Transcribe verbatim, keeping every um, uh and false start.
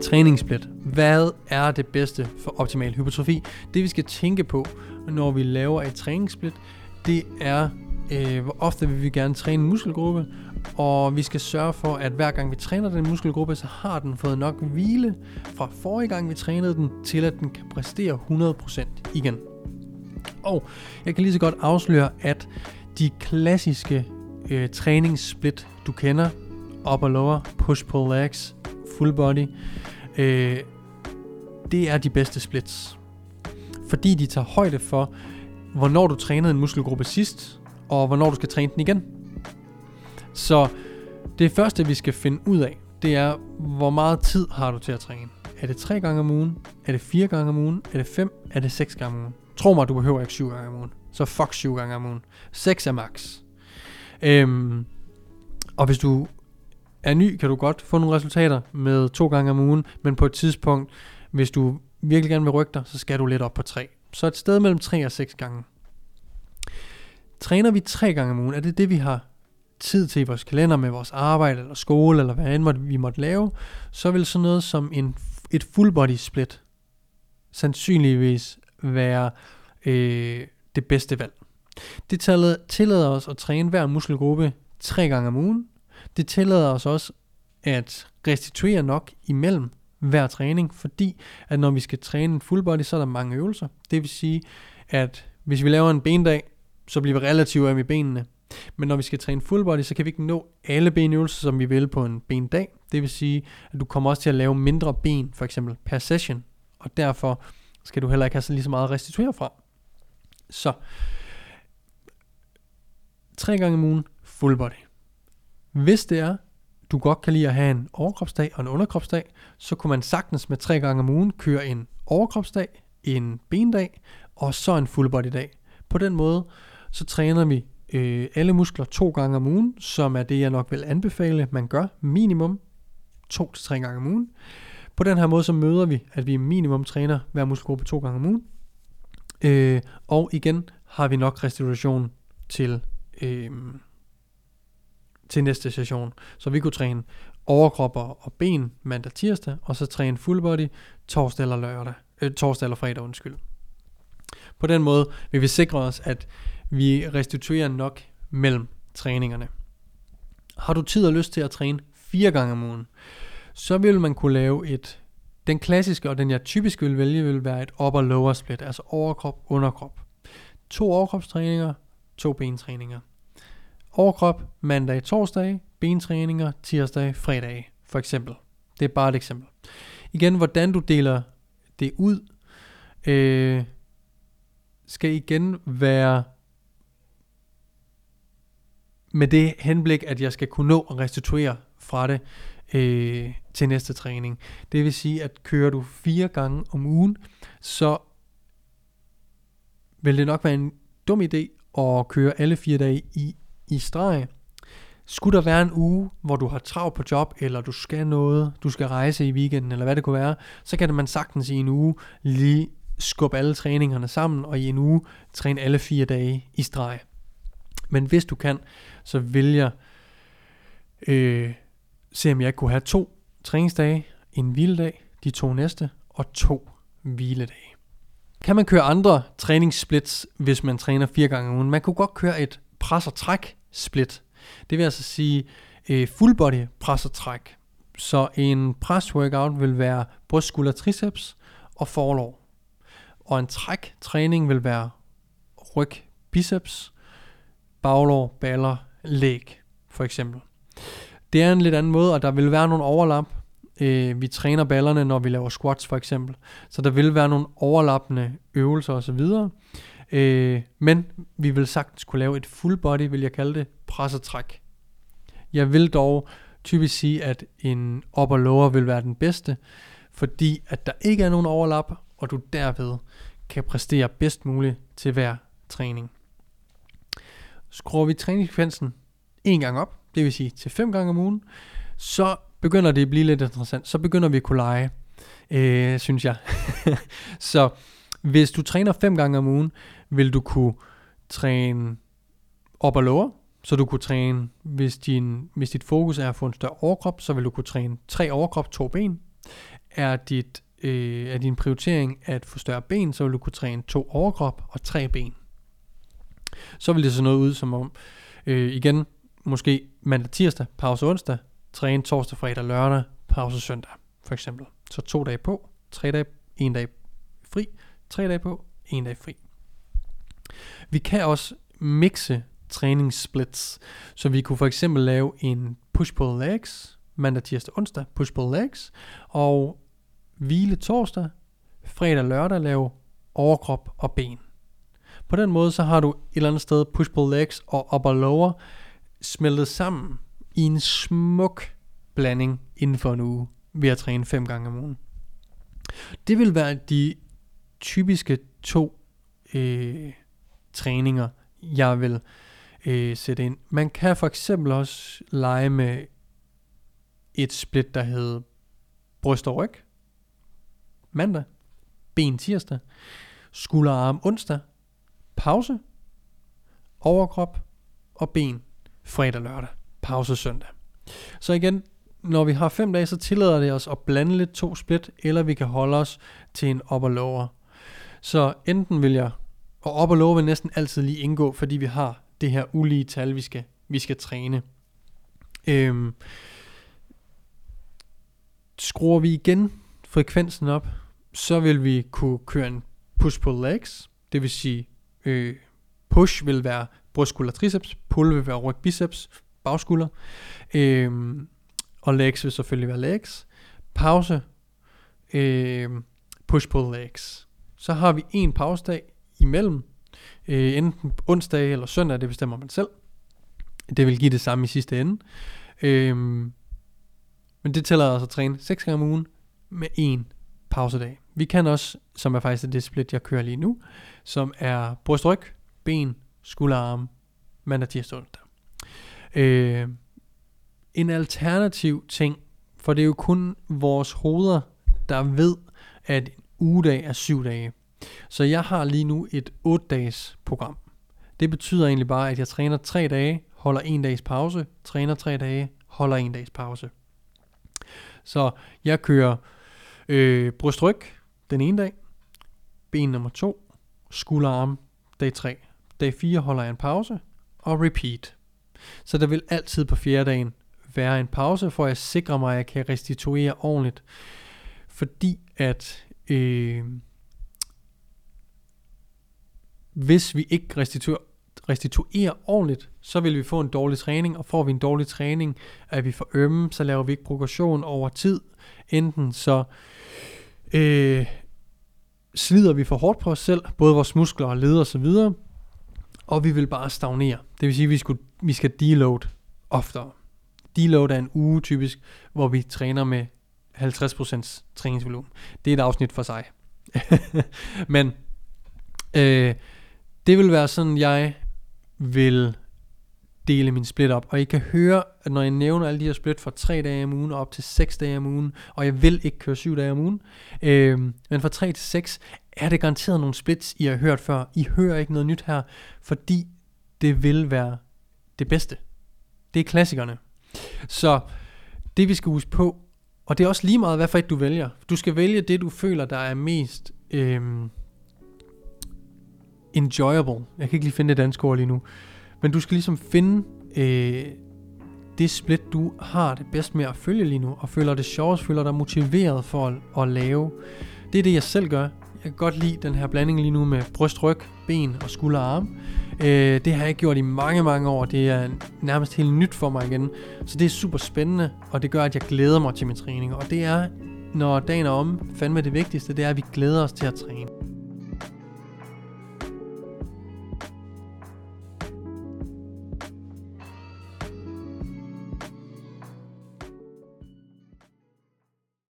Træningssplit. Hvad er det bedste for optimal hypertrofi? Det vi skal tænke på, når vi laver et træningssplit, det er, øh, hvor ofte vil vi gerne træne en muskelgruppe, og vi skal sørge for, at hver gang vi træner den muskelgruppe, så har den fået nok hvile fra forrige gang vi trænede den, til at den kan præstere hundrede procent igen. Og jeg kan lige så godt afsløre, at de klassiske øh, træningssplit, du kender, upper lower, push pull legs, full body, øh, det er de bedste splits. Fordi de tager højde for, hvornår du trænede en muskelgruppe sidst, og hvornår du skal træne den igen. Så det første vi skal finde ud af, det er, hvor meget tid har du til at træne. Er det tre gange om ugen? Er det fire gange om ugen? Er det fem? Er det seks gange om ugen? Tro mig, du behøver ikke syv gange om ugen. Så fuck syv gange om ugen. seks er max. Øhm, og hvis du er ny, kan du godt få nogle resultater med to gange om ugen, men på et tidspunkt, hvis du virkelig gerne vil rykke dig, så skal du lidt op på tre. Så et sted mellem tre og seks gange. Træner vi tre gange om ugen, er det det, vi har tid til i vores kalender med vores arbejde eller skole, eller hvad end vi måtte lave, så vil sådan noget som en, et full body split sandsynligvis være øh, det bedste valg. Det tillader, tillader os at træne hver muskelgruppe tre gange om ugen. Det tillader os også at restituere nok imellem hver træning, fordi at når vi skal træne en full body, så er der mange øvelser. Det vil sige, at hvis vi laver en bendag, så bliver vi relativt af med benene. Men når vi skal træne full body, så kan vi ikke nå alle benøvelser, som vi vil på en bendag. Det vil sige, at du kommer også til at lave mindre ben, for eksempel per session. Og derfor skal du heller ikke have så lige så meget at restituere fra. Så tre gange om ugen full body. Hvis det er, du godt kan lide at have en overkropsdag og en underkropsdag, så kunne man sagtens med tre gange om ugen køre en overkropsdag, en bendag og så en full body dag. På den måde, så træner vi øh, alle muskler to gange om ugen, som er det, jeg nok vil anbefale, man gør minimum to til tre gange om ugen. På den her måde, så møder vi, at vi minimum træner hver muskelgruppe to gange om ugen. Øh, og igen har vi nok restitution til, øh, til næste session. Så vi kunne træne overkrop og ben mandag tirsdag, og så træne full body torsdag eller lørdag, øh, torsdag eller fredag, undskyld. På den måde vil vi sikre os, at vi restituerer nok mellem træningerne. Har du tid og lyst til at træne fire gange om ugen, så vil man kunne lave et, den klassiske og den jeg typisk vil vælge, vil være et upper lower split, altså overkrop, underkrop. To overkropstræninger, to bentræninger. Overkrop mandag, torsdag, bentræninger, tirsdag, fredag, for eksempel. Det er bare et eksempel. Igen, hvordan du deler det ud, øh, skal igen være med det henblik, at jeg skal kunne nå at restituere fra det øh, til næste træning. Det vil sige, at kører du fire gange om ugen, så vil det nok være en dum idé at køre alle fire dage i, i streg. Skulle der være en uge, hvor du har travlt på job, eller du skal noget, du skal rejse i weekenden, eller hvad det kunne være, så kan det man sagtens i en uge lige skubbe alle træningerne sammen, og i en uge træne alle fire dage i streg. Men hvis du kan, så vil jeg øh, se, om jeg kunne have to træningsdage, en hviledag, de to næste, og to hviledage. Kan man køre andre træningssplits, hvis man træner fire gange om ugen? Man kunne godt køre et pres og træk split. Det vil altså sige øh, full body pres og træk. Så en press workout vil være bryst, skulder, triceps og forlår. Og en træk træning vil være ryg, biceps, baglår, baller, læg for eksempel. Det er en lidt anden måde, og der vil være nogle overlap. Øh, vi træner ballerne, når vi laver squats for eksempel. Så der vil være nogle overlappende øvelser osv. Øh, men vi vil sagtens kunne lave et full body, vil jeg kalde det, pres og træk. Jeg vil dog typisk sige, at en upper lower vil være den bedste, fordi at der ikke er nogen overlap, og du derved kan præstere bedst muligt til hver træning. Skruer vi træningsfrekvensen en gang op, det vil sige til fem gange om ugen, så begynder det at blive lidt interessant. Så begynder vi at kunne lege, øh, synes jeg. Så hvis du træner fem gange om ugen, vil du kunne træne upper lower. Så du kunne træne, hvis, din, hvis dit fokus er at få en større overkrop, så vil du kunne træne tre overkrop, to ben. er, dit, øh, er din prioritering at få større ben, så vil du kunne træne to overkrop og tre ben. Så vil det se noget ud som om, øh, igen, måske mandag, tirsdag, pause onsdag, træne torsdag, fredag, lørdag, pause søndag, for eksempel. Så to dage på, tre dage, en dag fri, tre dage på, en dag fri. Vi kan også mixe træningssplits, så vi kunne for eksempel lave en push-pull legs, mandag, tirsdag, onsdag, push-pull legs, og hvile torsdag, fredag, lørdag lave overkrop og ben. På den måde så har du et eller andet sted push-pull legs og upper lower smeltet sammen i en smuk blanding inden for en uge ved at træne fem gange om ugen. Det vil være de typiske to øh, træninger, jeg vil øh, sætte ind. Man kan for eksempel også lege med et split, der hedder bryst og ryg mandag, ben tirsdag, skulder og arm onsdag, pause, overkrop og ben fredag lørdag, pause søndag. Så igen, når vi har fem dage, så tillader det os at blande lidt to split, eller vi kan holde os til en upper lower. Så enten vil jeg, og upper lower vil næsten altid lige indgå, fordi vi har det her ulige tal, vi skal, vi skal træne. Øhm, skruer vi igen frekvensen op, så vil vi kunne køre en push-pull legs, det vil sige øh, push vil være brystskulder triceps, pull vil være ryg biceps, bagskulder, øh, og legs vil selvfølgelig være legs. Pause, øh, push-pull legs. Så har vi en pausedag imellem, øh, enten onsdag eller søndag, det bestemmer man selv. Det vil give det samme i sidste ende. Øh, men det tæller altså at træne seks gange om ugen med en pausedag. Vi kan også, som er faktisk det split, jeg kører lige nu, som er bryst, ryg, ben, skulder, arm, mandag, tirsdag, onsdag. Øh, en alternativ ting, for det er jo kun vores hoveder, der ved, at en ugedag er syv dage. Så jeg har lige nu et otte dages program. Det betyder egentlig bare, at jeg træner tre dage, holder en dags pause, træner tre dage, holder en dags pause. Så jeg kører øh, bryst-ryg den ene dag, ben nummer to, skulderarm dag tre. Dag fire holder jeg en pause, og repeat. Så der vil altid på fjerde dagen være en pause, for at sikre mig, at jeg kan restituere ordentligt. Fordi at øh, hvis vi ikke restituerer, restituerer ordentligt, så vil vi få en dårlig træning, og får vi en dårlig træning, at vi får ømme, så laver vi ikke progression over tid. Enten så øh, slider vi for hårdt på os selv, både vores muskler og led og så videre, og vi vil bare stagnere. Det vil sige, at vi, skulle, vi skal deload oftere. Deload er en uge typisk, hvor vi træner med halvtreds procent træningsvolumen. Det er et afsnit for sig. Men øh, det vil være sådan, jeg vil dele min split op. Og I kan høre, at når jeg nævner alle de her split fra tre dage om ugen og op til seks dage om ugen, og jeg vil ikke køre syv dage om ugen, øh, men fra tre til seks er det garanteret nogle splits, I har hørt før. I hører ikke noget nyt her, fordi det vil være det bedste. Det er klassikerne. Så det vi skal huske på, og det er også lige meget, hvad for et du vælger. Du skal vælge det, du føler, der er mest øhm, enjoyable. Jeg kan ikke lige finde det danske ord lige nu. Men du skal ligesom finde øh, det split, du har det bedst med at følge lige nu, og føler det sjovest, føler dig motiveret for at, at lave. Det er det, jeg selv gør. Jeg kan godt lide den her blanding lige nu med bryst, ryg, ben og skulder og arm. Øh, det har jeg gjort i mange, mange år. Det er nærmest helt nyt for mig igen. Så det er super spændende, og det gør, at jeg glæder mig til min træning. Og det er, når dagen er om, fandme det vigtigste, det er, at vi glæder os til at træne.